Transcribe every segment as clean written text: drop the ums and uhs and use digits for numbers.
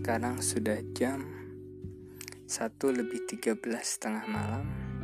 Sekarang sudah jam 1:13 tengah malam.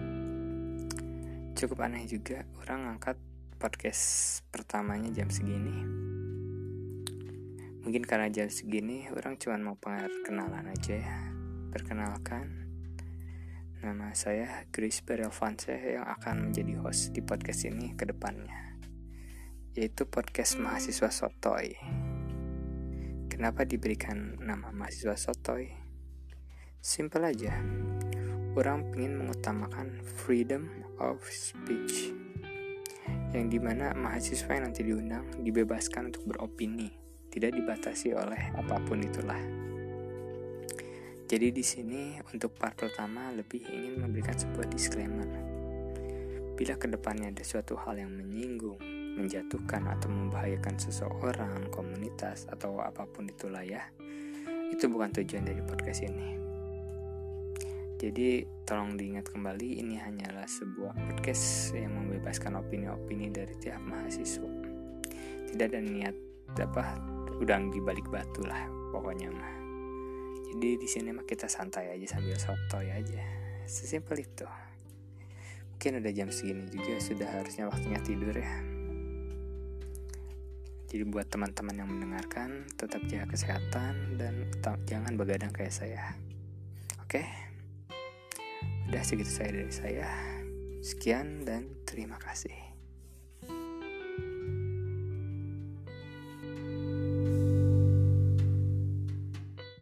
Cukup aneh juga orang ngangkat podcast pertamanya jam segini. Mungkin karena jam segini orang cuma mau perkenalan aja ya. Perkenalkan, nama saya Chris Berelvanse yang akan menjadi host di podcast ini ke depannya, yaitu podcast mahasiswa sotoy. Kenapa diberikan nama mahasiswa sotoy? Simpel aja, orang ingin mengutamakan freedom of speech, yang dimana mahasiswa yang nanti diundang dibebaskan untuk beropini, tidak dibatasi oleh apapun itulah. Jadi di sini untuk part pertama lebih ingin memberikan sebuah disclaimer. Bila kedepannya ada suatu hal yang menyinggung, menjatuhkan atau membahayakan seseorang, komunitas, atau apapun itulah ya, itu bukan tujuan dari podcast ini. Jadi tolong diingat kembali, ini hanyalah sebuah podcast yang membebaskan opini-opini dari tiap mahasiswa. Tidak ada niat udang di balik batu lah pokoknya mah. Jadi di sini mah kita santai aja sambil sotoy aja, sesimpel itu. Mungkin udah jam segini juga sudah harusnya waktunya tidur ya. Jadi buat teman-teman yang mendengarkan, tetap jaga kesehatan dan jangan begadang kayak saya. Oke? Udah segitu saya dari saya. Sekian dan terima kasih.